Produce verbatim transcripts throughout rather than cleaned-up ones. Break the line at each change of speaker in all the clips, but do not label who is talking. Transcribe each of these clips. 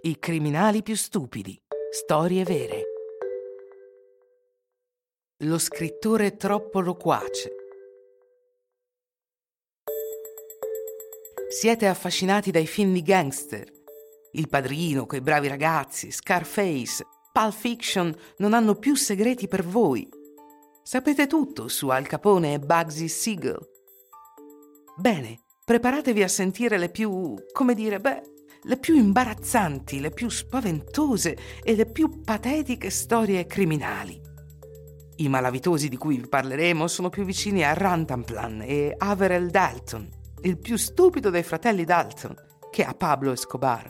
I criminali più stupidi. Storie vere. Lo scrittore troppo loquace. Siete affascinati dai film di gangster? Il Padrino, Quei bravi ragazzi, Scarface, Pulp Fiction non hanno più segreti per voi. Sapete tutto su Al Capone e Bugsy Siegel. Bene, preparatevi a sentire le più, come dire, beh, le più imbarazzanti, le più spaventose e le più patetiche storie criminali. I malavitosi di cui vi parleremo sono più vicini a Rantanplan e Averell Dalton, il più stupido dei fratelli Dalton, che a Pablo Escobar.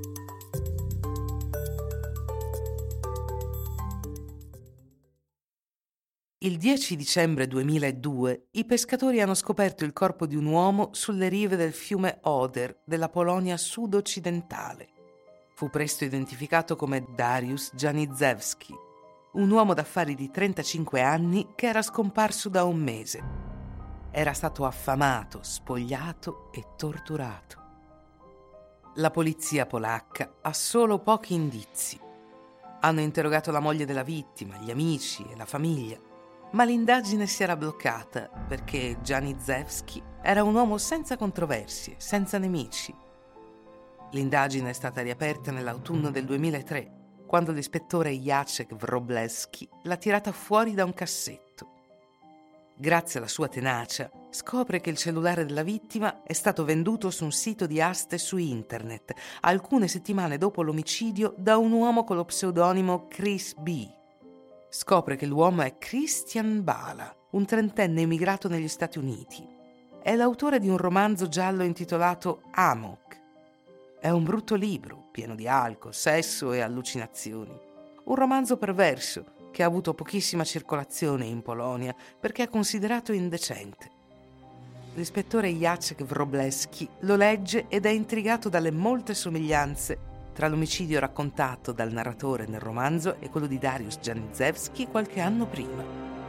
Il dieci dicembre duemiladue i pescatori hanno scoperto il corpo di un uomo sulle rive del fiume Oder della Polonia sud-occidentale. Fu presto identificato come Dariusz Janiszewski, un uomo d'affari di trentacinque anni che era scomparso da un mese. Era stato affamato, spogliato e torturato. La polizia polacca ha solo pochi indizi. Hanno interrogato la moglie della vittima, gli amici e la famiglia, ma l'indagine si era bloccata perché Janiszewski era un uomo senza controversie, senza nemici. L'indagine è stata riaperta nell'autunno del duemilatré, quando l'ispettore Jacek Wróblewski l'ha tirata fuori da un cassetto. Grazie alla sua tenacia, scopre che il cellulare della vittima è stato venduto su un sito di aste su internet alcune settimane dopo l'omicidio da un uomo con lo pseudonimo Chris B. Scopre che l'uomo è Christian Bala, un trentenne emigrato negli Stati Uniti. È l'autore di un romanzo giallo intitolato Amok. È un brutto libro, pieno di alcol, sesso e allucinazioni. Un romanzo perverso che ha avuto pochissima circolazione in Polonia perché è considerato indecente. L'ispettore Jacek Wróblewski lo legge ed è intrigato dalle molte somiglianze tra l'omicidio raccontato dal narratore nel romanzo e quello di Dariusz Janiszewski qualche anno prima.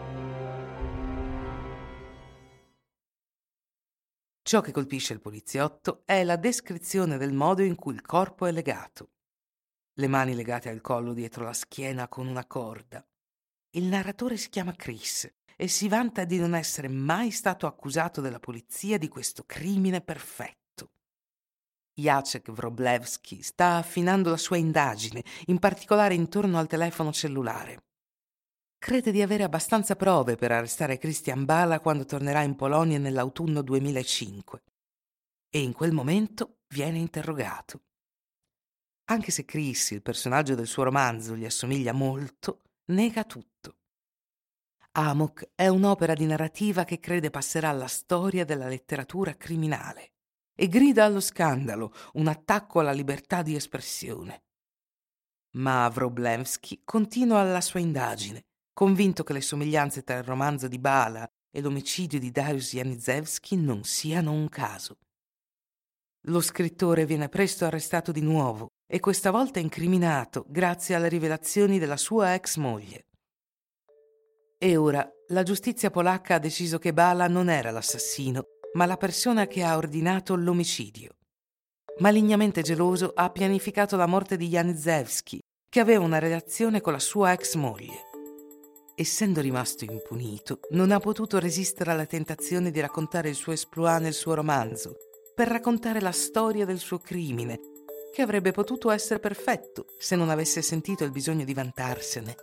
Ciò che colpisce il poliziotto è la descrizione del modo in cui il corpo è legato. Le mani legate al collo dietro la schiena con una corda. Il narratore si chiama Chris e si vanta di non essere mai stato accusato dalla polizia di questo crimine perfetto. Jacek Wróblewski sta affinando la sua indagine, in particolare intorno al telefono cellulare. Crede di avere abbastanza prove per arrestare Christian Bala quando tornerà in Polonia nell'autunno duemilacinque. E in quel momento viene interrogato. Anche se Chris, il personaggio del suo romanzo, gli assomiglia molto, nega tutto. Amok è un'opera di narrativa che crede passerà alla storia della letteratura criminale e grida allo scandalo, un attacco alla libertà di espressione. Ma Wróblewski continua la sua indagine, convinto che le somiglianze tra il romanzo di Bala e l'omicidio di Dariusz Janiszewski non siano un caso. Lo scrittore viene presto arrestato di nuovo e questa volta incriminato grazie alle rivelazioni della sua ex moglie. E ora la giustizia polacca ha deciso che Bala non era l'assassino, ma la persona che ha ordinato l'omicidio. Malignamente geloso ha pianificato la morte di Janiszewski, che aveva una relazione con la sua ex moglie. Essendo rimasto impunito, non ha potuto resistere alla tentazione di raccontare il suo exploit nel suo romanzo, per raccontare la storia del suo crimine, che avrebbe potuto essere perfetto se non avesse sentito il bisogno di vantarsene.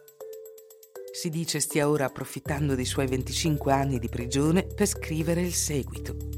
Si dice stia ora approfittando dei suoi venticinque anni di prigione per scrivere il seguito.